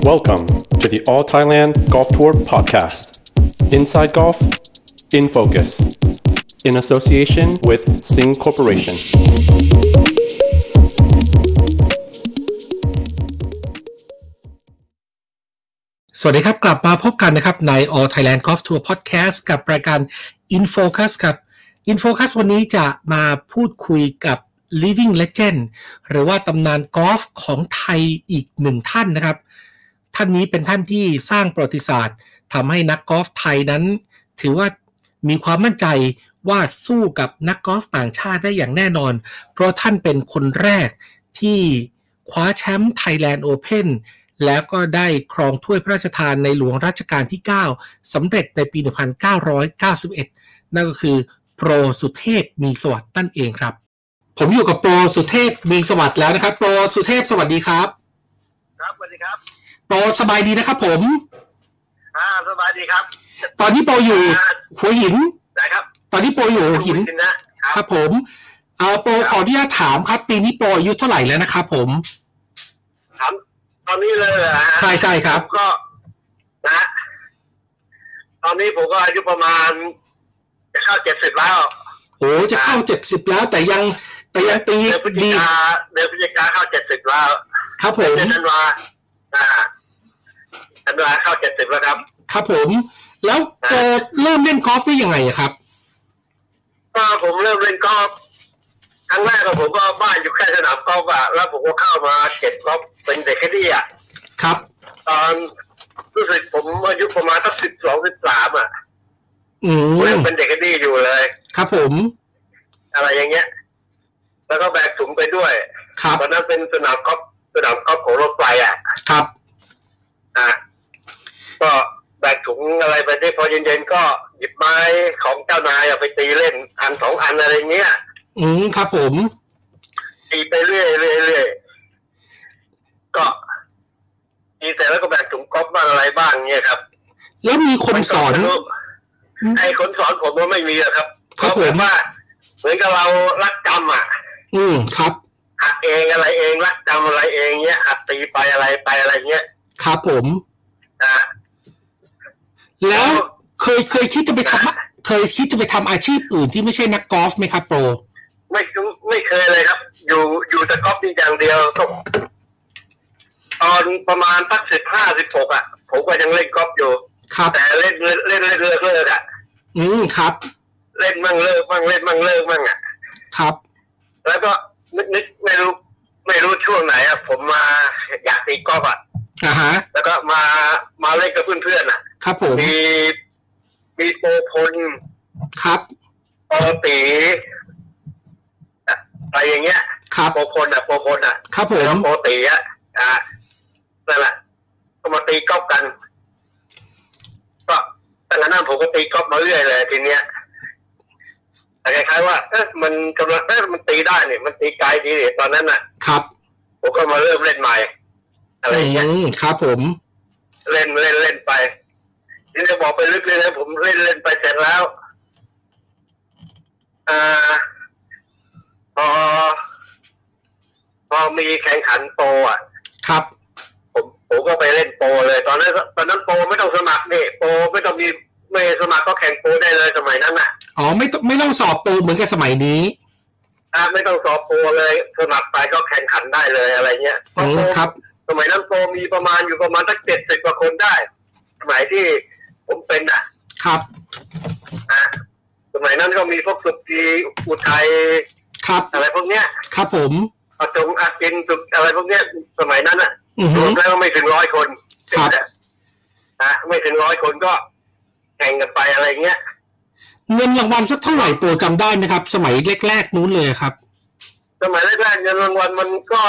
Welcome to the All Thailand Golf Tour podcast. Inside Golf, in focus, in association with Sing Corporation. สวัสดีครับกลับมาพบกันนะครับใน All Thailand Golf Tour Podcast กับรายการ In Focus ครับ In Focus วันนี้จะมาพูดคุยกับ Living Legend หรือว่าตำนานกอล์ฟของไทยอีกหนึ่งท่านนะครับท่านนี้เป็นท่านที่สร้างประวัติศาสตร์ทำให้นักกอล์ฟไทยนั้นถือว่ามีความมั่นใจว่าสู้กับนักกอล์ฟต่างชาติได้อย่างแน่นอนเพราะท่านเป็นคนแรกที่คว้าแชมป์ Thailand Openแล้วก็ได้ครองถ้วยพระราชทานในหลวงรัชกาลที่9สำเร็จในปี 1991 นั่นก็คือโปรสุเทพมีสวัสดิ์นั่นเองครับผมอยู่กับโปรสุเทพมีสวัสดิ์แล้วนะครับโปรสุเทพสวัสดีครับครับสวัสดีครับโปรสบายดีนะครับผมสบายดีครับตอนนี้โปรอยู่หัวหินนะครับตอนนี้โปรอยู่หัวหินครับผมโปรขออนุญาตถามครับปีนี้โปรอายุเท่าไหร่แล้วนะครับผมถามตอนนี้เลยใช่ๆครับก็นะตอนนี้ผมก็อายุประมาณจะเข้า70แล้วโอ้จะเข้า70แล้วแต่ยังตีเดือนพฤศจิกาเข้า70แล้วครับผมธันวาเข้า70แล้วครับครับผมแล้วเริ่มเล่นกอล์ฟได้ยังไงครับก็ผมเริ่มเล่นกอล์ฟครั้งแรกผมก็บ้านอยู่แค่สนามกอล์ฟแล้วผมก็เข้ามาเก็บกอล์ฟเป็นเด็กแค่นี้ครับตอนรู้สึกผมอายุประมาณสัก12-13ผมยังเป็นเด็กแค่นี้อยู่เลยครับผมอะไรอย่างเงี้ยแล้วก็แบกถุงไปด้วยตอนนั้นเป็นสนามกอล์ฟของรถไฟครับก็แบกถุงอะไรไปได้พอเย็นๆก็หยิบไม้ของเจ้านายไปตีเล่นอัน2อันอะไรเงี้ยครับผมตีไปเรื่อยก็ตีเสร็จแล้วก็แบกถุงกอล์ฟบ้างอะไรบ้างเงี้ยครับแล้วมีคนสอนไอ้คนสอนผมว่าไม่มีครับเขาผมว่าเหมือนกับเรารักจำครับหัดเองอะไรเองรักจำอะไรเองเงี้ยหัดตีไปอะไรเงี้ยครับผมแล้วเคยคิดจะไปทำอาชีพอื่นที่ไม่ใช่นักกอล์ฟไหมครับโปรไม่เคยเลยครับอยู่แต่กอล์ฟนี่อย่างเดียวตอนประมาณสัก15-16ผมก็ยังเล่นกอล์ฟอยู่แต่เล่นเลิกครับเล่นมั่งเลิกมั่งเล่นมั่งเลิกมั่งครับแล้วก็นึกไม่รู้ช่วงไหนผมมาอยากตีกอล์ฟแล้วก็มาเล่นกับเพื่อนครับผมมีโปรพลครับโปรตีอะไรอย่างเงี้ยโปรพลครับผมโปรตีนั่นแหละก็มาตีกอล์ฟกันก็ตั้งแต่นั้นผมก็ตีกอล์ฟมาเรื่อยเลยทีเนี้ยแต่คล้ายๆว่ามันกำลังมันตีได้เนี่ยมันตีไกลดีตอนนั้นครับผมก็มาเริ่มเล่นใหม่อะไรอย่างเงี้ยครับผมเล่นไปนี่จะบอกไปลึกเลยนะผมเล่นไปเสร็จแล้วพอมีแข่งขันโปรครับผมก็ไปเล่นโปรเลยตอนนั้นโปรไม่ต้องสมัครนี่โปรไม่ต้องมีไม่สมัครก็แข่งโปรได้เลยสมัยนั้นไม่ต้องสอบโปรเหมือนกับสมัยนี้ไม่ต้องสอบโปรเลยสมัครไปก็แข่งขันได้เลยอะไรเงี้ยครับสมัยนั้นโปรมีประมาณสัก70 กว่าคนได้สมัยที่ผมเป็นครับสมัยนั้นก็มีพวกสุกีอุทัยครับอะไรพวกเนี้ยครับผมอาจินสุกอะไรพวกเนี้ยสมัยนั้นรวมแล้วไม่ถึง100 คนครับไม่ถึง100 คนก็แข่งกันไปอะไรเงี้ยเงินรางวัลสักเท่าไหร่โปรจำได้ไหมครับสมัยแรกๆนู้นเลยครับสมัยแรกๆเงินรางวัลมันก็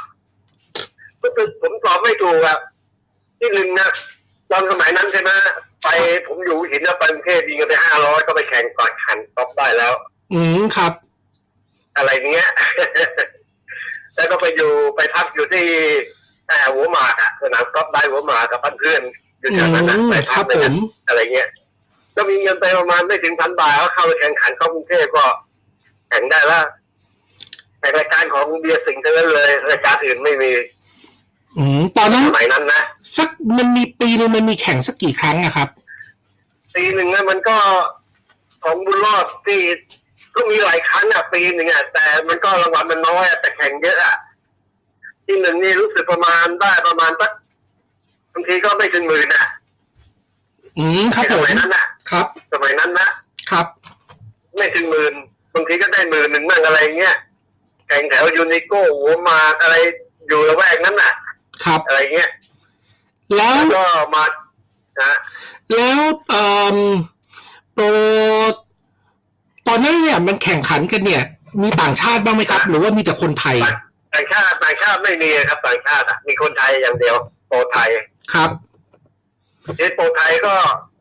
ผมตอบไม่ถูกที่หนึ่งนะตอนสมัยนั้นใช่ไหมไปผมอยู่หินแล้วไปกรุงเทพยิงกันไป500ก็ไปแข่งก่อนขันตอบได้แล้วครับอะไรเงี้ยแล้วก็ไปพักอยู่ที่หัวหมากสนามกอล์ฟได้หัวหมากกับเพื่อนอยู่แถวนั้นไปพักเลยอะไรเงี้ยก็มีเงินไปประมาณไม่ถึง1,000 บาทก็เข้าไปแข่งขันเข้ากรุงเทพก็แข่งได้แล้วแต่รายการของเบียร์สิงห์เท่านั้นเลยรายการอื่นไม่มีตอนนั้นสมัยนั้นนะสักมันมีปีนึงมันมีแข่งสักกี่ครั้งนะครับปีหนึ่งมันก็ของบุญรอดที่ก็มีหลายครั้งปีหนึ่งแต่มันก็รางวัลมันน้อยแต่แข่งเยอะที่หนึ่งนี่รู้สึกประมาณได้ประมาณสักบางทีก็ไม่ถึงหมื่นครับผมสมัยนั้นครับสมัยนั้นนะครับไม่ถึงหมื่นบางทีก็ได้10,000มั่งอะไรเงี้ยแข่งแถวยูนิโก้หัวมาอะไรอยู่ละแวกนั้นครับอะไรเงี้ยแล้วก็มาแล้วโปรตอนนั้นเนี่ยมันแข่งขันกันเนี่ยมีต่างชาติบ้างไหมครับหรือว่ามีแต่คนไทยต่างชาติไม่มีครับต่างชาติมีคนไทยอย่างเดียวโปรไทยครับที่โปรไทยก็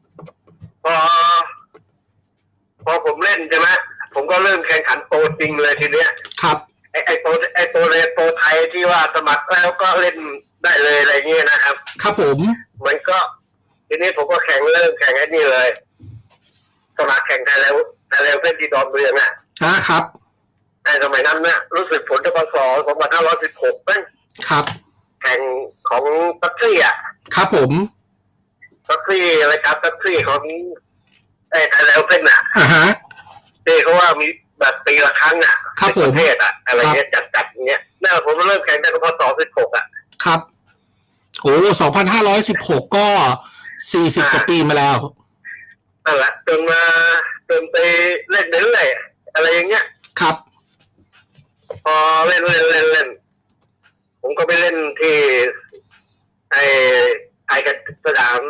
พอผมเล่นใช่ไหมผมก็เริ่มแข่งขันโปรจริงเลยทีเนี้ยครับไอโปรไทยที่ว่าสมัครแล้วก็เล่นได้เลยอะไรเงี้ยนะครับครับผมมันก็ทีนี้ผมก็เริ่มแข่งไอ้นี่เลยสมัครแข่งไทยแล้วเพื่อนที่ดอนเมืองครับในสมัยนั้นรู้สึกผลจะพศ2516นั่นครับแข่งของตั๊กซี่ครับผมตั๊กซี่รายการตั๊กซี่ของไอ้ไทยแล้วเพื่อนที่เขาว่ามีแบบปีละครั้งครับผมประเทศอะไรเงี้ยจัดเงี้ยผมเริ่มแข่งตั้งแต่พศ16 ครับโอ้2516ก็40กว่าปีมาแล้วนั่นแหละจนไปเล่นเรื่อยๆอะไรอย่างเงี้ยครับพอเล่นผมก็ไปเล่นที่ไอ้กันสยาม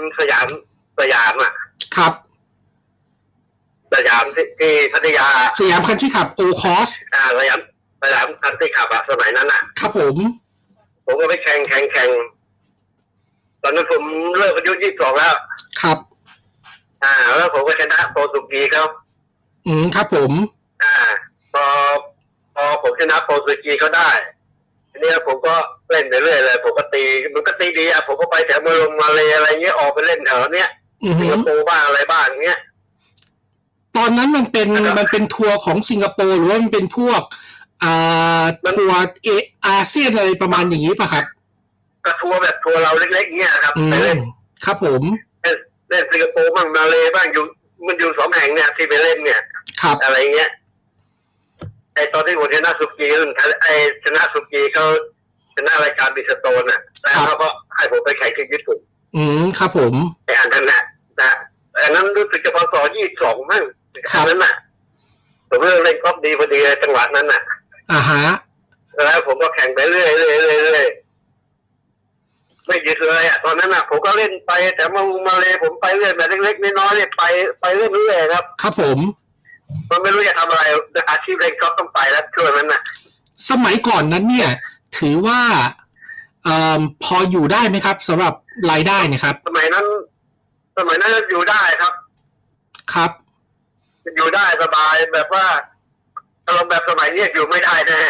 ครับสยามที่พัทยาสยามคันทรีคลับโอคอสสยามคันทรีคลับสมัยนั้นครับผมก็ไปแข่งตอนนั้นผมเลิกอายุ22แล้วครับแล้วผมก็ชนะโปรตุเกสเขาครับผมพอผมชนะโปรตุเกสเขาได้ทีนี้ผมก็เล่นไปเรื่อยเลยผมก็ตีมันก็ตีดีผมก็ไปแถวมาเลยอะไรเงี้ยออกไปเล่นแถวเนี้ยสิงคโปร์บ้างอะไรบ้างเงี้ยตอนนั้นมันเป็นทัวร์ของสิงคโปร์หรือว่ามันเป็นพวกทัวร์อาเซียนอะไรประมาณอย่างนี้ป่ะครับก็ทัวร์แบบทัวร์เราเล็กๆเงี้ยครับไปเล่นครับผมเล่นสิงคโปร์บ้างมาเลยบ้างมันอยู่2แห่งเนี่ยที่ไปเล่นเนี่ยอะไรเงี้ยไอตอนที่ผมชนะสุกีชนะสุกีเขาชนะรายการบิสโตนแล้วเขาก็ให้ผมไปแข่งที่ญี่ปุ่นครับผมไออันนั้นอันนั้นรู้สึกจะพศ22มั่งอันนั้นผมเล่นกอล์ฟดีพอดีจังหวะนั้นแล้วผมก็แข่งไปเรื่อยไม่หยุดเลยตอนนั้นผมก็เล่นไปแต่มาเลยผมไปเรื่อยแบบเล็กๆน้อยๆไปเรื่อยๆครับครับผมมันไม่รู้จะทำอะไรอาชีพเล่นกอล์ฟต้องไปแล้วช่วงนั้นสมัยก่อนนั้นเนี่ยถือว่าพออยู่ได้ไหมครับสำหรับรายได้นะครับสมัยนั้นอยู่ได้ครับครับอยู่ได้สบายแบบว่าอารมณ์แบบสมัยนี้อยู่ไม่ได้แน่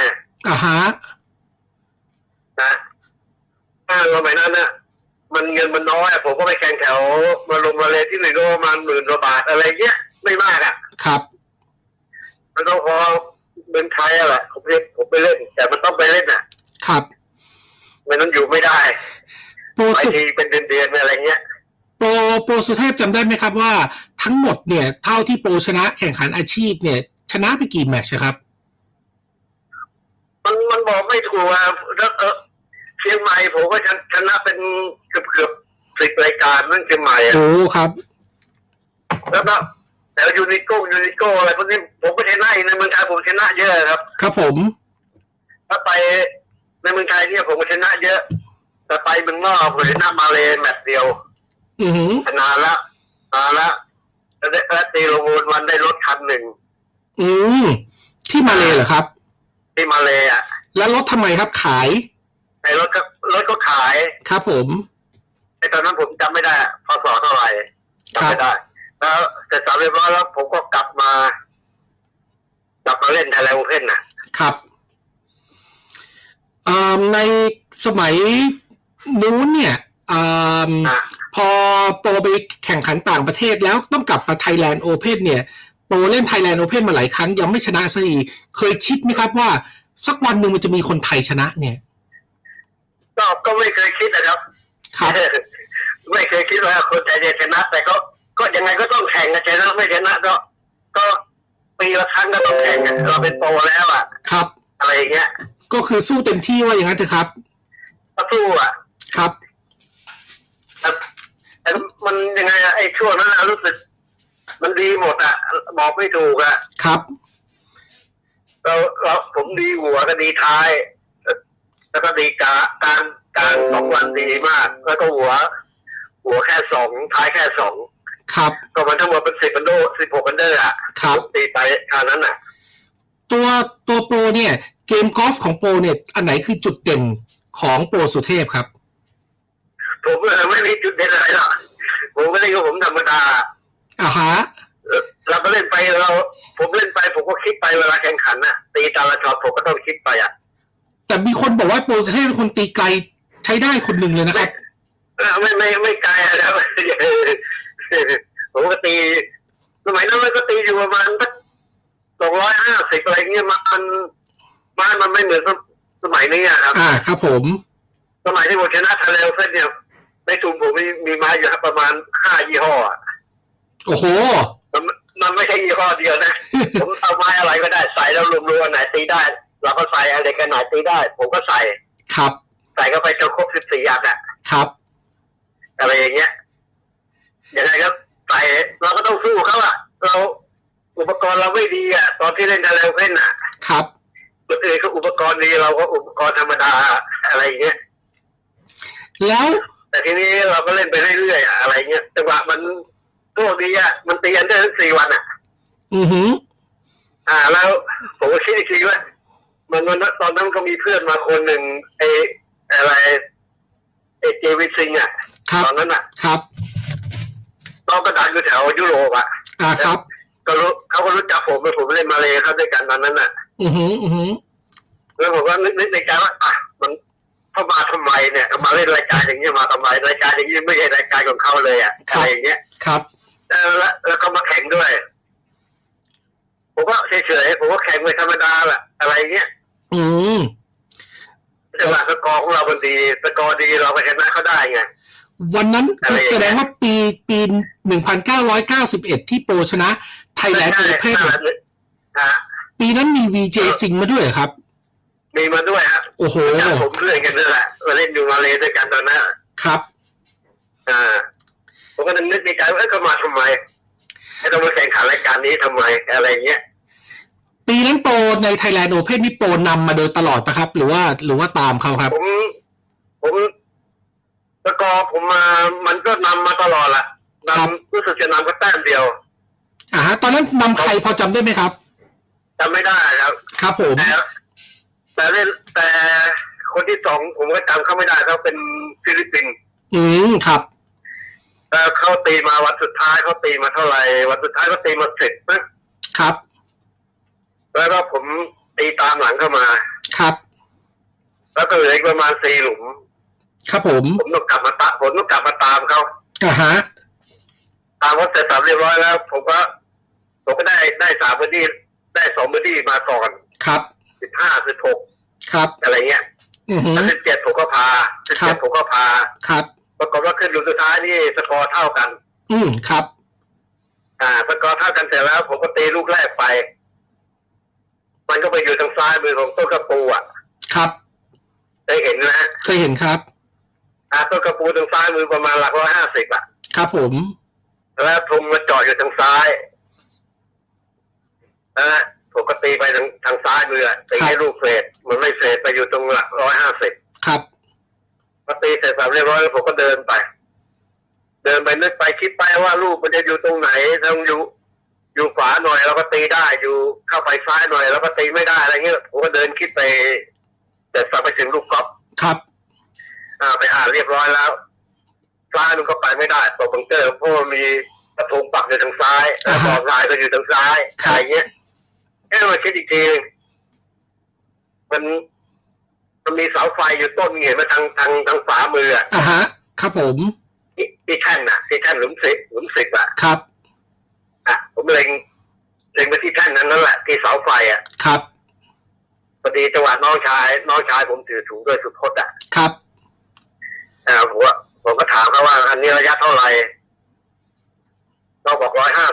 สมัยนั้นมันเงินมันน้อยผมก็ไปแข่งแถวมาเลยที่หนึ่งก็ประมาณ10,000 กว่าบาทอะไรเงี้ยไม่มากครับมันต้องพอเมืองไทยแหละผมไปเล่นแต่มันต้องไปเล่นครับไม่นั้นอยู่ไม่ได้ไปทีเป็นเดือนอะไรเงี้ยโปรสุเทพจำได้ไหมครับว่าทั้งหมดเนี่ยเท่าที่โปรชนะแข่งขันอาชีพเนี่ยชนะไปกี่แมตช์ครับมันบอกไม่ถูกแล้วเชียงใหม่ผมก็ชนะเป็นเกือบ10 รายการนั่นเชียงใหม่โอ้ครับแล้วก็แต่ยูนิโก้อะไรพวกนี้ผมก็ชนะในเมืองไทยผมชนะเยอะครับครับผมถ้าไปในเมืองไทยเนี่ยผมก็ชนะเยอะแต่ไปเมืองนอกผมชนะมาเลยแมตช์เดียวนานละแล้วได้ตีลงวันได้รถคันหนึ่งที่มาเลยเหรอครับที่มาเลยแล้วรถทำไมครับขายไอ้รถก็ขายครับผมไอ้ตอนนั้นผมจำไม่ได้พศเท่าไหร่จำไม่ได้แล้วแต่สามเรียบร้อยแล้วผมก็กลับมาเล่นไทยแลนด์โอเพ่นครับในสมัยนู้นเนี่ยพอโปรไปแข่งขันต่างประเทศแล้วต้องกลับมา Thailand Open เนี่ยโปรเล่น Thailand Open มาหลายครั้งยังไม่ชนะสักทีเคยคิดไหมครับว่าสักวันหนึ่งมันจะมีคนไทยชนะเนี่ยก็ไม่เคยคิดนะครับครับไม่เคยคิดว่าคนใจเย็นชนะแต่ก็ยังไงก็ต้องแข่งกันชนะไม่ชนะก็ปีละครั้งก็ต้องแข่งกันเราเป็นโปรแล้วอ่ะครับอะไรอย่างเงี้ยก็คือสู้เต็มที่ว่าอย่างนั้นเถอะครับก็สู้อ่ะครับแต่มันยังไงอะไอ้ช่วงนั้นรู้สึกมันดีหมดอ่ะบอกไม่ถูกอ่ะครับเราผมดีหัวก็ดีท้ายแล้วก็ดีการ2 วันดีมากแล้วก็หัวแค่2ท้ายแค่2 ครับก็มันทั้งหมดเป็น16 อันเดอร์อ่ะครับตีไปคราวนั้นอ่ะตัวโปรเนี่ยเกมกอล์ฟของโปรเนี่ยอันไหนคือจุดเด่นของโปรสุเทพครับผมไม่มีจุดเด่นอะไรหรอกผมก็เล่นกับผมธรรมดาฮะเราก็เล่นไปผมเล่นไปผมก็คิดไปเวลาแข่งขันน่ะตีตาละช็อตผมก็ต้องคิดไปอ่ะแต่มีคนบอกว่าโปรสุเทพเป็นคนตีไกลใช้ได้คนหนึ่งเลยนะครับไม่ไกลนะผมก็ตีสมัยนั้นมันก็ตีอยู่ประมาณ250อะไรเงี้ยมันไม่เหมือนสมัยนี้อ่ะครับครับผมสมัยที่ผมชนะทะเลเส้นเนี่ยในทุนผมมีไม้อยู่ประมาณ5 ยี่ห้อโอ้โหมันไม่ใช่ยี่ห้อเดียวนะ ผมเอาไม้อะไรก็ได้ใส่แล้วรวมๆไหนตีได้เราก็ใส่อะไรกันไหนตีได้ผมก็ใส่ครับใส่เข้าไปจนครบ14 อันอ่ะครับอะไรอย่างเงี้ยยังไงก็ใส่เราก็ต้องสู้เขาอ่ะเราอุปกรณ์เราไม่ดีอ่ะตอนที่เล่นทะเลเส้นอ่ะครับคนอื่นเขาอุปกรณ์ดีเราก็อุปกรณ์ธรรมดาอะไรอย่างเงี้ยแล้วแต่ทีนี้เราก็เล่นไปเรื่อยๆอะไรเงี้ยจังหวะมันโชคดีอ่ะมันตีกันได้ทั้ง4 วันอ่ะแล้วผมก็คิดอีกทีว่ามันตอนนั้นก็มีเพื่อนมาคนหนึ่งเจวิซิงอ่ะตอนนั้นอ่ะครับเราก็ดังอยู่แถวยุโรปอ่ะครับเขาก็รู้จักผมเล่นมาเลยครับด้วยกันตอนนั้นอ่ะแล้วผมก็นึกในใจว่ามันเข้ามาทำไมเนี่ยมาเล่นรายการอย่างนี้มาทำไมรายการอย่างนี้ไม่ใช่รายการของเขาเลยอ่ะอะไรอย่างเงี้ยครับแล้วก็มาแข่งด้วยผมก็เฉยๆผมก็แข่งไปธรรมดาแหละอะไรเงี้ยจังหวะสกอร์ของเรามันดีสกอร์ดีเราไปชนะเขาได้ไงวันนั้นแสดงว่าปี1991ที่โปรชนะไทยแลนด์โอเพ่นปีนั้นมีวีเจซิงมาด้วยครับมีมาด้วยครับโอ้โหผมเพื่อนกันด้วยแหละมาเล่นอยู่มาเลด้วยกันตอนนั้นครับผมก็นึกในใจว่าเขามาทำไมให้ต้องมาแข่งขันรายการนี้ทำไมอะไรเงี้ยปีนั้นโปรในไทยแลนด์โอเพ่นนี่โปรนำมาโดยตลอดนะครับหรือว่าตามเขาครับผมสกอร์ผมมามันก็นำมาตลอดแหละนำรู้สึกจะนำก็แต้มเดียวตอนนั้นนำใครพอจำได้ไหมครับจำไม่ได้ครับครับผมแต่คนที่2ผมก็จำเขาไม่ได้เขาเป็นฟิลิปปินส์ครับเขาตีมาวันสุดท้ายเขาตีมาเท่าไหร่วันสุดท้ายเขาตีมา10 นะครับแล้วก็ผมตีตามหลังเข้ามาครับแล้วก็เหลืออีกประมาณ4 หลุมครับผมต้องกลับมาตามเขาตามเขาเสร็จสับเรียบร้อยแล้วผมก็ได้3 เบอร์ดี้ได้2 เบอร์ดี้มาก่อนครับ 15 16 ครับอะไรเงี้ย17ผมก็พา17ผมก็พาครับปรากฏว่าขึ้นหลุมสุดท้ายนี่สกอร์เท่ากันครับสกอร์เท่ากันเสร็จแล้วผมก็ตีลูกแรกไปมันก็ไปอยู่ทางซ้ายมือของต้นกระปูอ่ะครับเคยเห็นนะเคยเห็นครับต้นกระปูทางซ้ายมือประมาณหลัก150อ่ะครับผมแล้วธงมาจอดอยู่ทางซ้ายผมก็ตีไปทางซ้ายมือตีให้ลูกเฟดมันไม่เฟดไปอยู่ตรงหลัก150 ครับพอตีเสร็จสับเรียบร้อยแล้วผมก็เดินไปนึกไปคิดไปว่าลูกมันจะอยู่ตรงไหนต้องอยู่ขวาหน่อยแล้วก็ตีได้อยู่เข้าไปซ้ายหน่อยแล้วก็ตีไม่ได้อะไรเงี้ยผมก็เดินคิดไปแต่สับไปถึงลูกกอล์ฟครับไปเรียบร้อยแล้วซ้ายมันก็ไปไม่ได้ตกบังเกอร์เพราะมีกระทงปักอยู่ทางซ้ายบอลลายก็อยู่ทางซ้ายอะไรเงี้ยมาคิดอีกทีมันมีเสาไฟอยู่ต้นเงี้ยมาทางฝามือครับผมที่แท่นหลุม10 ครับผมเล็งไปที่แท่นนั้นแหละที่เสาไฟครับพอดีจังหวะน้องชายผมถือถุงด้วยสุดพจน์ครับผมถามเขาว่าอันนี้ระยะเท่าไหร่เราบอก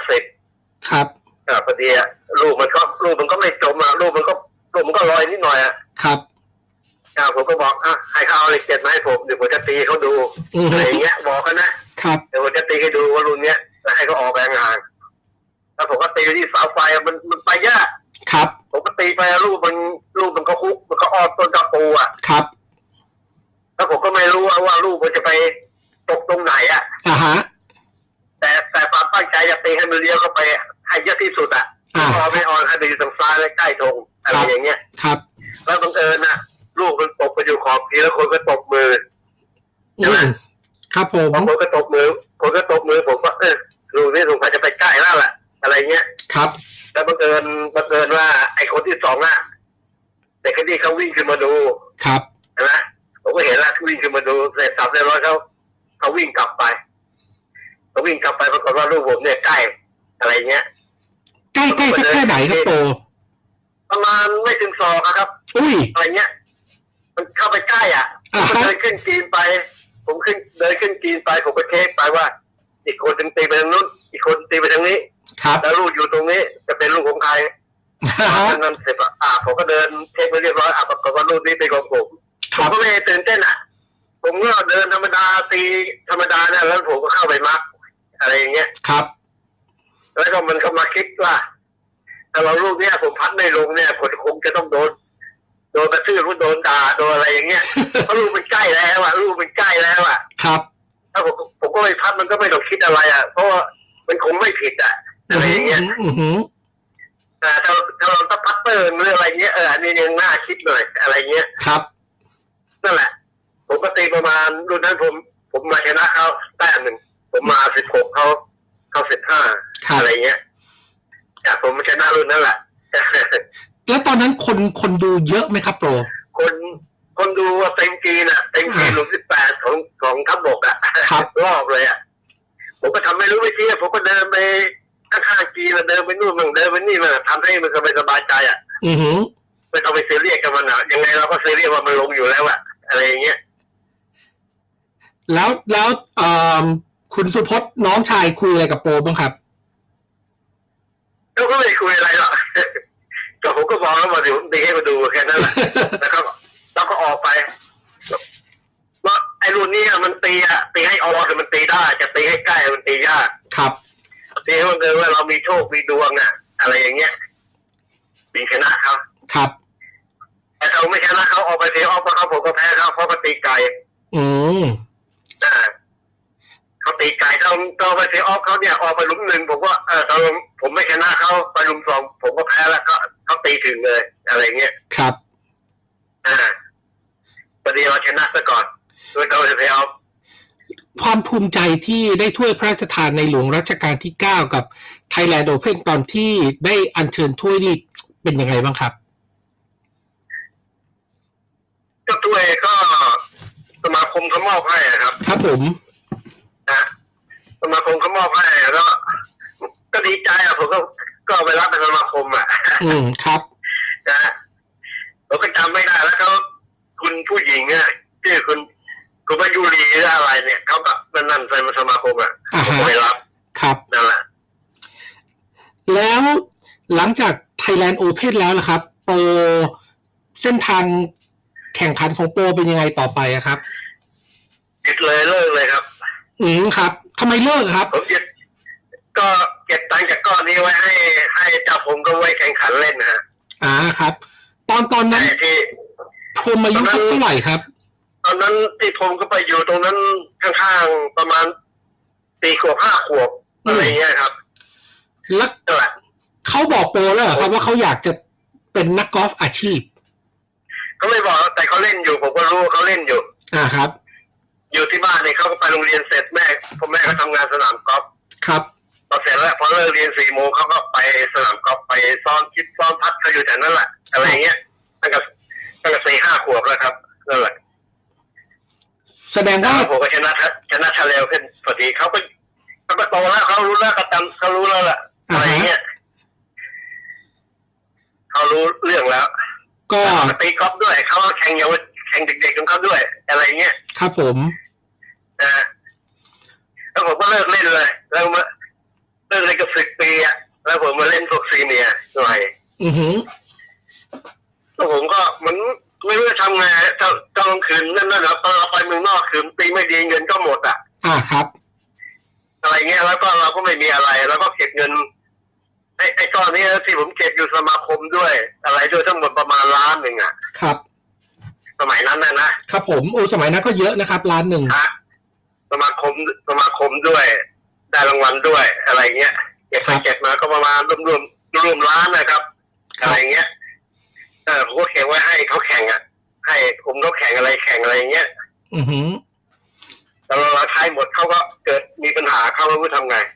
150 ครับพอดีลูกมันก็ไม่จมลูกมันก็ลอยนิดหน่อยครับผมก็บอกให้เขาเอาเหล็กเจ็ดมาให้ผมเดี๋ยวผมจะตีเขาดูอะไรอย่างเงี้ยบอกกันนะครับเดี๋ยวผมจะตีให้ดูว่ารุ่นเนี้ยแล้วให้เขาออกแรงงานแล้วผมก็ตีที่เสาไฟมันไปยากครับผมก็ตีไปลูกมันก็คุกมันก็ออกต้นตะปูครับแล้วผมก็ไม่รู้ว่าลูกมันจะไปตกตรงไหนฮะแต่ความตั้งใจจะตีให้มันเลี้ยวเข้าไปให้เยอะที่สุดไม่ออนให้ไปอยู่ทางซ้ายและใกล้ธงอะไรอย่างเงี้ยครับแล้วบังเอิญลูกมันตกไปอยู่ขอบทีแล้วคนก็ตบมือใช่ไหมครับผมคนก็ตบมือผมก็ลูกนี่สงสัยจะไปใกล้แล้วแหละอะไรเงี้ยครับแล้วบังเอิญว่าไอ้คนที่สองเด็กคนนี้เขาวิ่งขึ้นมาดูครับใช่ไหมผมก็เห็นแล้ววิ่งขึ้นมาดูเสร็จสับเรียบร้อยเขาวิ่งกลับไปปรากฏว่าลูกผมเนี่ยใกล้อะไรเงี้ยใกล้สักแค่ไหนครับโตประมาณไม่ถึงศอกครับอะไรเงี้ยมันเข้าไปใกล้ผมเดินขึ้นจีนไปผมเดินขึ้นจีนไปผมก็เช็คไปว่าอีกคนถึงตีไปทางนู้นอีกคนตีไปทางนี้แล้วลูกอยู่ตรงนี้จะเป็นลูกของใครนั้นเสร็จผมก็เดินเช็คไปเรียบร้อยปรากฏว่าลูกนี้เป็นของผมก็ไม่ตื่นเต้นผมก็เดินธรรมดาตีธรรมดาเนี่ยแล้วผมก็เข้าไปมักอะไรอย่างเงี้ยครับแล้วก็มันก็มาคิดว่าถ้าเราลูกเนี้ยผมพัดไม่ลงเนี่ยผมคงจะต้องโดนกระทืบหรือโดนด่าโดนอะไรอย่างเงี้ยเพราะลูกมันใกล้แล้วลูกมันใกล้แล้วครับถ้าผมก็ไปพัดมันก็ไม่ต้องคิดอะไรเพราะว่ามันคงไม่ผิดอะไรอย่างเงี้ยถ้าเราต้องพัดเตอร์หรืออะไรเงี้ยอันนี้ยังน่าคิดหน่อยอะไรเงี้ยครับนั่นแหละผมก็ตีประมาณรุ่นนั้นผมมาชนะเขาแต้มหนึ่งผมมา16เขา15อะไรเงี้ยผมมาชนะรุ่นนั้นแหละแล้วตอนนั้นคนดูเยอะไหมครับโปรคนดูเต็มจีนเต็มจีนหลุม18ของทัพบกรอบเลยผมก็ทำไม่รู้ไม่ชี้ผมก็เดินไปข้างๆจีนเดินไปนู่นมั่งเดินไปนี่มั่งทำให้มันสบายใจไม่ต้องไปซีเรียสกับมันยังไงเราก็ซีเรียสว่ามันลงอยู่แล้วอะไรอย่างเงี้ยแล้วคุณสุพจน์น้องชายคุยอะไรกับโปบ้างครับเขาก็ไม่คุยอะไรหรอกก็ผมก็บอกแล้วว่าเดี๋ยวผมตีให้มาดูแค่นั้นแหละแล้วก็ออกไปว่าไอ้รุ่นนี้มันตีให้ออกแต่มันตีได้จะตีให้ใกล้มันตียากครับตีให้มันเกิดว่าเรามีโชคมีดวงอะไรอย่างเงี้ยมีชนะเขาครับแต่เราไม่ชนะเขาออกไปเทออฟเขาผมก็แพ้เขาเพราะเขาตีไกลเขาตีไก่เขาไปเทออฟเขาเนี่ยออกไปหลุมหนึ่งผมว่าตอนผมไม่ชนะเขาไปหลุมสองผมก็แพ้แล้วเขาตีถึงเลยอะไรเงี้ยครับพอดีเราชนะซะก่อนโดยเราเทออฟความภูมิใจที่ได้ถ้วยพระราชทานในหลวงรัชกาลที่9กับ Thailand Open ตอนที่ได้อัญเชิญถ้วยนี่เป็นยังไงบ้างครับก็ถ้วยก็สมาคมเขามอบให้ครับครับผมสมาคมเขามอบให้แล้วก็ดีใจผมก็ไปรับเป็นสมาคมครับผมก็จำไม่ได้แล้วเขาคุณผู้หญิงชื่อคุณมายุรีหรืออะไรเนี่ยเขาก็นั่นใส่มาสมาคมผมไปรับครับนั่นแหละแล้วหลังจาก Thailand Open แล้วนะครับโปรเส้นทางแข่งขันของโปรเป็นยังไงต่อไปครับเลิกเลยครับครับทำไมเลิกครับผมก็เก็บตังค์จากก้อนนี้ไว้ให้เจ้าผมก็ไว้แข่งขันเล่นครับ ตอนนั้นที่พรมอายุเท่าไหร่ครับตอนนั้นที่ผมก็ไปอยู่ตรงนั้นข้างๆประมาณ4 ขวบ 5 ขวบอะไรเงี้ยครับแล้วเขาบอกโปรแล้วครับว่าเขาอยากจะเป็นนักกอล์ฟอาชีพเขาไม่บอกแต่เขาเล่นอยู่ผมก็รู้เขาเล่นอยู่ครับอยู่ที่บ้านเนี่ยเขาก็ไปโรงเรียนเสร็จพ่อแม่เขาทำงานสนามกอล์ฟครับพอเสร็จแล้วพอเลิกเรียน4 โมงเขาก็ไปสนามกอล์ฟไปซ้อมคิดซ้อมพัดเขาอยู่แถวนั้นแหละอะไรเงี้ยตั้งแต่4-5 ขวบแล้วครับนั่นแหละแสดงว่าผมก็ชนะทะเลขึ้นพอดีเขาก็โตแล้วเขารู้แล้วเขารู้แล้วแหละอะไรเงี้ยเขารู้เรื่องแล้วก็ตีกอล์ฟด้วยเขาแข่งเด็กๆของเขาด้วยอะไรเงี้ยครับผมแล้วผมก็เลิกเล่นเลยแล้วมาเลิกเล่นกับ10 ปีอ่ะแล้วผมมาเล่นพวกซีเนียร์หน่อยแล้วผมก็มันไม่รู้จะทำไงตอนคืนนั่นนะตอนเราไปเมืองนอกคืนปีไม่ดีเงินก็หมดอ่ะครับอะไรเงี้ยแล้วก็เราก็ไม่มีอะไรแล้วก็เก็บเงินไอ้ก้อนนี้ที่ผมเก็บอยู่สมาคมด้วยอะไรด้วยทั้งหมดประมาณ1 ล้านอ่ะครับสมัยนั้นนะครับผมสมัยนั้นก็เยอะนะครับ1 ล้านสมาคมด้วยได้รางวัลด้วยอะไรเงี้ยเก็บไปเก็บมาก็ประมาณรวมล้านนะครับอะไรเงี้ยผมก็แข่งไว้ให้เขาแข่งอ่ะให้ผมเขาแข่งอะไรเงี้ยแต่เราท้ายหมดเขาก็เกิดมีปัญหาเขาไม่รู้ทำไง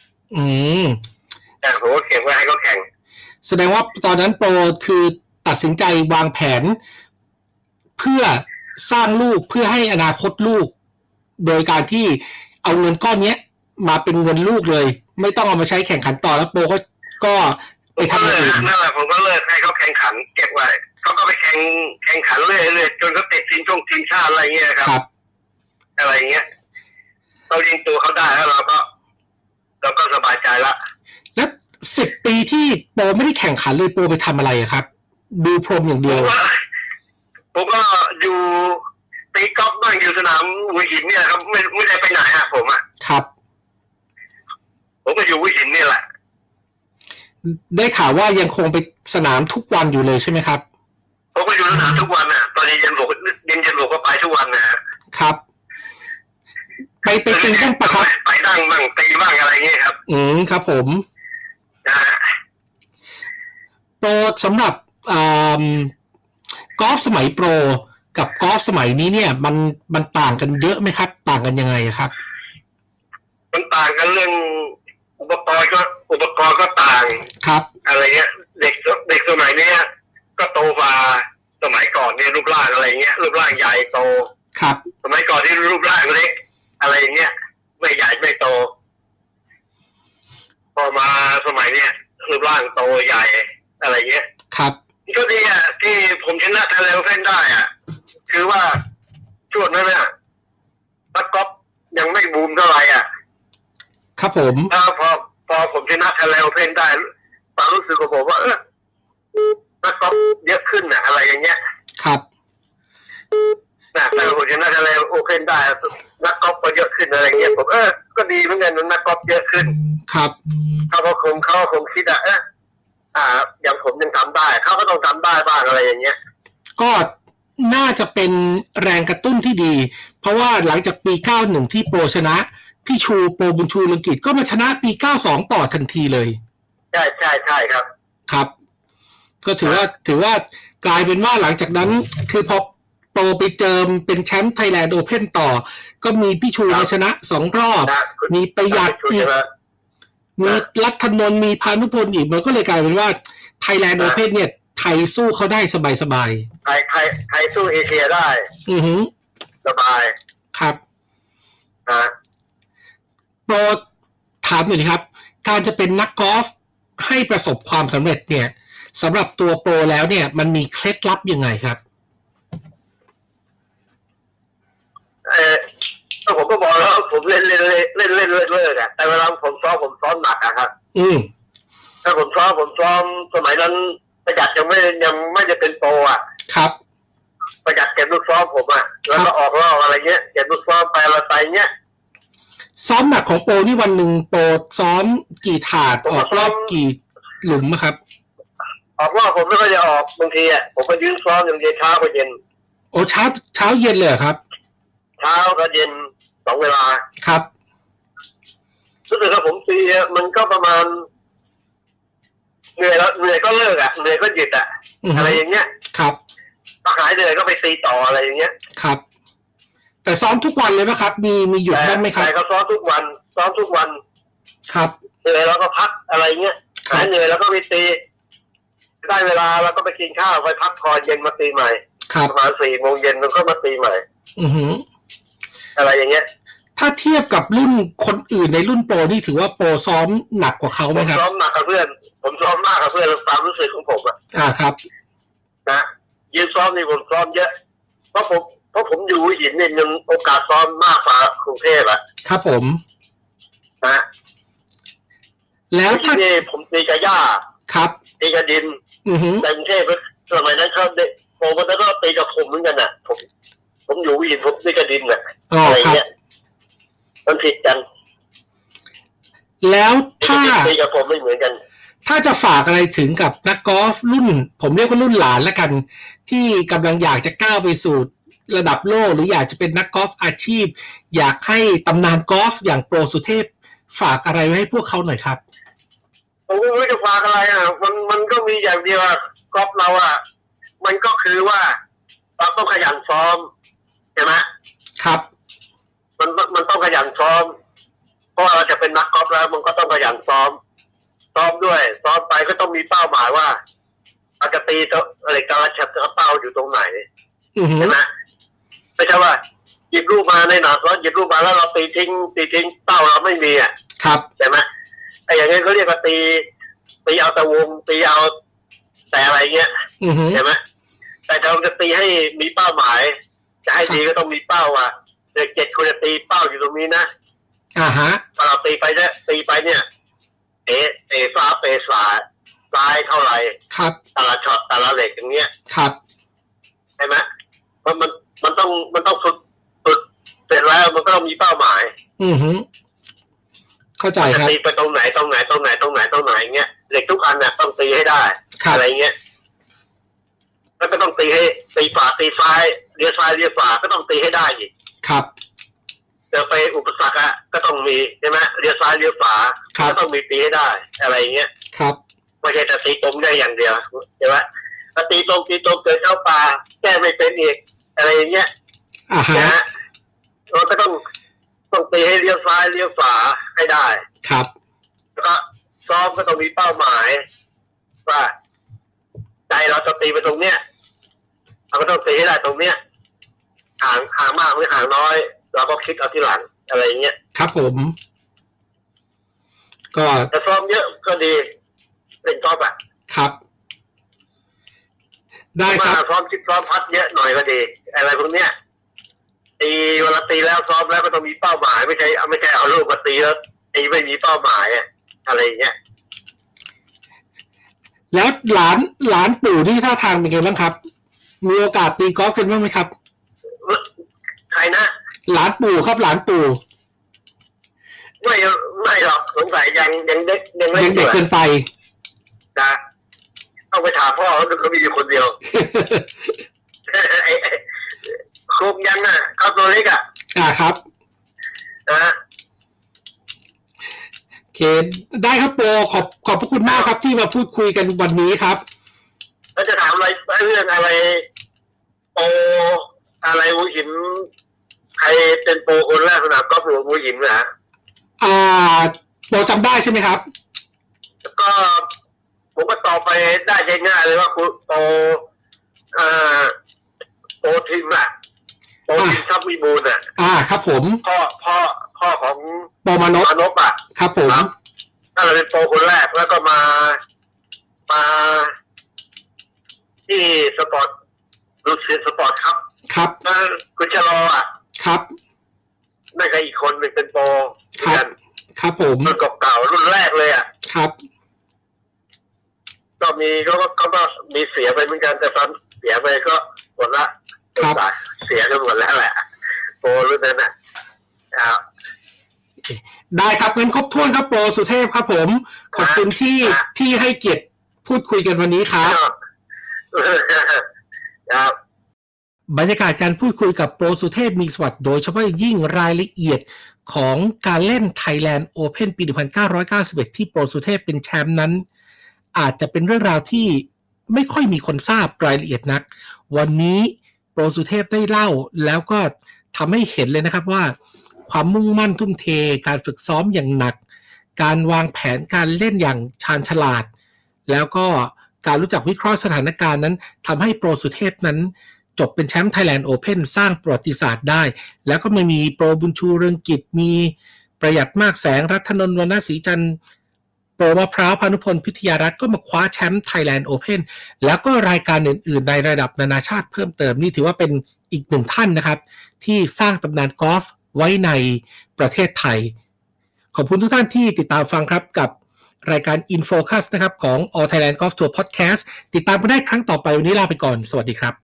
แต่ผมก็เก็บไว้ให้เขาแข่งแสดงว่าตอนนั้นโปรคือตัดสินใจวางแผนเพื่อสร้างลูกเพื่อให้อนาคตลูกโดยการที่เอาเงินก้อนนี้มาเป็นเงินลูกเลยไม่ต้องเอามาใช้แข่งขันต่อแล้วโปรก็ไปทำอย่างอื่นนั่นแหละผมก็เลิกให้เขาแข่งขันเก็บไว้เขาก็ไปแข่งขันเรื่อยๆจนเขาติดทีมชาติอะไรเงี้ยครับอะไรเงี้ยเรายิงตัวเขาได้แล้วเราก็สบายใจละแล้ว10 ปีที่โปรไม่ได้แข่งขันเลยโปรไปทำอะไรครับดูพรมอย่างเดียวผมก็อยู่ตีกอล์ฟบ้างอยู่สนามหัวหินเนี่ยครับไม่ได้ไปไหนอ่ะผมอ่ะครับผมก็อยู่หัวหินนี่แหละได้ข่าวว่ายังคงไปสนามทุกวันอยู่เลยใช่ไหมครับผมก็อยู่สนามทุกวันอ่ะตอนนี้เย็นผมก็ไปทุกวันนะครับไปตีบ้างปะครับไปดังบ้างตีบ้างอะไรเงี้ยครับครับผมโปรสำหรับกอล์ฟสมัยโปรกับกอล์ฟสมัยนี้เนี่ยมันต่างกันเยอะไหมครับต่างกันยังไงครับมันต่างกันเรื่องอุปกรณ์ก็ต่างครับอะไรเงี้ยเด็กสมัยนี้ก็โตกว่าสมัยก่อนเนี่ยรูปร่างอะไรเงี้ยรูปร่างใหญ่โตครับสมัยก่อนที่รูปร่างเล็กอะไรเงี้ยไม่ใหญ่ไม่โตพอมาสมัยเนี้ยรูปร่างโตใหญ่อะไรเงี้ยครับก็ดีอ่ะที่ผมชนะไทยแลนด์โอเพ่นได้อ่ะคือว่าช่วงนั้นน่ะนักกอล์ฟยังไม่บูมเท่าไหร่อ่ะครับผมพอผมชนะไทยแลนด์โอเพ่นได้ความรู้สึกของผมว่านักกอล์ฟเยอะขึ้นอ่ะอะไรอย่างเงี้ยครับแต่ผมชนะไทยแลนด์โอเพ่นได้นักกอล์ฟก็เยอะขึ้นอะไรเงี้ยผมก็ดีเหมือนกันนักกอล์ฟเยอะขึ้นครับเขาคงคิดอย่างผมยังทำได้เขาก็ต้องทำได้บ้างอะไรอย่างเงี้ยก็น่าจะเป็นแรงกระตุ้นที่ดีเพราะว่าหลังจากปี91ที่โปรชนะพี่ชูโปรบุญชูลังกิจก็มาชนะปี92ต่อทันทีเลยใช่ครับครับก็ถือว่ากลายเป็นว่าหลังจากนั้นคือพอโปรไปเจิมเป็นแชมป์ไทยแลนด์โอเพ่นต่อก็มีพี่ชูมาชนะ2 รอบมีประหยัดอีกมีรัฐนนท์มีพานุพลอีกมันก็เลยกลายเป็นว่าไทยแลนด์โอเพ่นเนี่ยไทยสู้เขาได้สบายไทยสู้เอเชียได้สบายครับโปรถามหน่อยครับการจะเป็นนักกอล์ฟให้ประสบความสำเร็จเนี่ยสำหรับตัวโปรแล้วเนี่ยมันมีเคล็ดลับยังไงครับผมก็บอกแล้วผมเล่นอ่ะแต่เวลาผมซ้อมหนักอะครับถ้าผมซ้อมสมัยนั้นประหยัดยังไม่ได้เป็นโปรอ่ะครับประหยัดเก็บลูกซ้อมผมอ่ะแล้วก็ออกรอบอะไรเงี้ยเก็บลูกซ้อมไปละไตเงี้ยซ้อมหนักของโปรนี่วันหนึ่งโปรซ้อมกี่ถาดออกรอบกี่หลุมครับออกรอบผมไม่ค่อยจะออกบางทีอ่ะผมก็ยืนซ้อมอย่างเช้ากับเย็นโอ้เช้าเย็นเลยครับเช้ากับเย็น2 เวลาครับรู้สึกว่าผมตีมันก็ประมาณเหนื่อยก็เลิกอ่ะเหนื่อยก็หยุดอ่ะอะไรอย่างเงี้ยครับพอหายเหนื่อยก็ไปตีต่ออะไรอย่างเงี้ยครับแต่ซ้อมทุกวันเลยไหมครับมีหยุดบ้างไหมครับใช่เขาซ้อมทุกวันครับเหนื่อยแล้วก็พักอะไรเงี้ยหายเหนื่อยแล้วก็ไปตีได้เวลาแล้วก็ไปกินข้าวไปพักพอเย็นมาตีใหม่ประมาณ4 โมงเย็นแล้วก็มาตีใหม่อะไรอย่างเงี้ยถ้าเทียบกับรุ่นคนอื่นในรุ่นโปรนี่ถือว่าโปรซ้อมหนักกว่าเขาไหมครับซ้อมหนักกับเพื่อนผมซ้อมมากกับเพื่อนตามรู้สึกของผมครับนะยืนซ้อมนี่ผมซ้อมเยอะเพราะผมอยู่หินเนี่ยยังโอกาสซ้อมมากกว่ากรุงเทพครับผมนะแล้วถ้าผมตีกับหญ้าครับตีกับดินในกรุงเทพสมัยนั้นเขาผมก็ตีกับผมเหมือนกันน่ะผมอยู่วินผมตีกับดินน่ะอะไรเงี้ยมันผิดกันแล้วถ้าตีกับผมไม่เหมือนกันถ้าจะฝากอะไรถึงกับนักกอล์ฟรุ่นผมเรียกว่ารุ่นหลานแล้วกันที่กำลังอยากจะก้าวไปสู่ระดับโลกหรืออยากจะเป็นนักกอล์ฟอาชีพอยากให้ตำนานกอล์ฟอย่างโปรสุเทพฝากอะไรไว้ให้พวกเขาหน่อยครับผมไม่รู้จะฝากอะไรมันก็มีอย่างเดียวกอล์ฟเรามันก็คือว่าเราต้องขยันซ้อมใช่ไหมครับมันต้องขยันซ้อมเพราะเราจะเป็นนักกอล์ฟแล้วมันก็ต้องขยันซ้อมด้วยซ้อมไปก็ต้องมีเป้าหมายว่าเราจะตีอะไรการชัดเป้าอยู่ตรงไหนใช่ไหมไม่ใช่ว่าหยิบลูกมาในหนักแล้วหยิบลูกมาแล้วเราตีทิ้งเป้าเราไม่มีครับใช่ไหมไอ้อย่างนี้เขาเรียกว่าตีเอาแต่วงตีเอาแต่อะไรเงี้ยใช่ไหมแต่เราจะตีให้มีเป้าหมายจะให้ดีก็ต้องมีเป้าเด็ก7ควรจะตีเป้าอยู่ตรงนี้นะพอเราตีไปเนี่ยเตะฟ้าเปสาซ้ายเท่าไหร่ครับแต่ละช็อตแต่ละเหล็กอย่างเงี้ยครับใช่ไหมเพราะมันต้องฝึกเสร็จแล้วมันก็ต้องมีเป้าหมายเข้าใจครับตีไปตรงไหนเงี้ยเหล็กทุกอันเนี่ยต้องตีให้ได้อะไรเงี้ยแล้วก็ต้องตีให้ตีฝาตีซ้ายเลี้ยวซ้ายเลี้ยวขวาก็ต้องตีให้ได้อีกครับจะไปอุปสรรคก็ต้องมีใช่ไหมเลี้ยวซ้ายเลี้ยวขวาก็ต้องมีตีให้ได้อะไรเงี้ยครับไม่ใช่จะตีตรงได้อย่างเดียวใช่ไหมถ้าตีตรงเกิดเข้าป่าแก้ไม่เป็นอีกอะไรอย่างเงี้ยนะเราก็ต้องตีให้เลี้ยวซ้ายเลี้ยวขวาให้ได้ครับแล้วก็ซ้อมก็ต้องมีเป้าหมายว่าใจเราจะตีไปตรงเนี้ยเราก็ต้องตีให้ได้ตรงเนี้ยห่างมากหรือห่างน้อยเราก็คิดเอาที่หลังอะไรอย่างเงี้ยครับผมก็แต่ซ้อมเยอะก็ดีเป็นกอล์ฟครับได้ครับซ้อมคิดซ้อมพัดเยอะหน่อยก็ดีอะไรพวกเนี้ยตีเวลาตีแล้วซ้อมแล้วก็ต้องมีเป้าหมายไม่ใช่เอาลูกมาตีแล้วตีไม่มีเป้าหมายอะไรอย่างเงี้ยแล้วหลานปู่ที่ท่าทางเป็นไงบ้างครับมีโอกาสตีกอล์ฟกันบ้างไหมครับใครนะหลานปู่ครับหลานปู่ไม่หรอกสงสัยยังเด็กเกินไปนะต้องไปถามพ่อเขามีอยู่คนเดียวครบยังเขาตัวเล็กครับโอเคได้ครับโปรขอบพระคุณมากครับที่มาพูดคุยกันวันนี้ครับแล้วจะถามอะไรเรื่องอะไรโปรอะไรหัวหินใครเป็นโปรคนแรกสนามกอล์ฟหัวหินนะโปรจำได้ใช่ไหมครับก็ผมก็ตอบไปได้ง่ายๆเลยว่าคุณโปรทีมโปรทีมทัพวิบูลครับผมพ่อของโปรมานพครับผมถ้าเราเป็นโปรคนแรกแล้วก็มาที่สปอร์ตรูเซียสปอร์ตครับแล้วกุชลอครับนั่นก็อีกคนหนึ่งเป็นโปรครับผมรุ่นเก่ารุ่นแรกเลยครับก็มีเขาก็มีเสียไปเหมือนกันแต่ตอนเสียไปก็หมดละเสียกันหมดแล้วแหละโปรรุ่นนั้นได้ครับงั้นครบถ้วนครับโปรสุเทพครับผมขอบคุณที่ให้เกียรติพูดคุยกันวันนี้ครับบรรยากาศการพูดคุยกับโปรสุเทพมีสวัสดิ์โดยเฉพาะยิ่งรายละเอียดของการเล่น Thailand Open ปี 1991 ที่โปรสุเทพเป็นแชมป์นั้นอาจจะเป็นเรื่องราวที่ไม่ค่อยมีคนทราบรายละเอียดนักวันนี้โปรสุเทพได้เล่าแล้วก็ทำให้เห็นเลยนะครับว่าความมุ่งมั่นทุ่มเทการฝึกซ้อมอย่างหนักการวางแผนการเล่นอย่างชาญฉลาดแล้วก็การรู้จักวิเคราะห์สถานการณ์นั้นทำให้โปรสุเทพนั้นจบเป็นแชมป์ Thailand Open สร้างประวัติศาสตร์ได้แล้วก็ไม่มีโปรบุญชูเรืองกิจมีประหยัดมากแสงรัตนนท์วรรณศรีจันทร์โปรมะพร้าวพานุพลพิทยารัตน์ก็มาคว้าแชมป์ Thailand Open แล้วก็รายการอื่นๆในระดับนานาชาติเพิ่มเติมนี่ถือว่าเป็นอีกหนึ่งท่านนะครับที่สร้างตำนานกอล์ฟไว้ในประเทศไทยขอบคุณทุกท่านที่ติดตามฟังครับกับรายการ In Focus นะครับของ All Thailand Golf Tour Podcast ติดตามกันได้ครั้งต่อไปวันนี้ลาไปก่อนสวัสดีครับ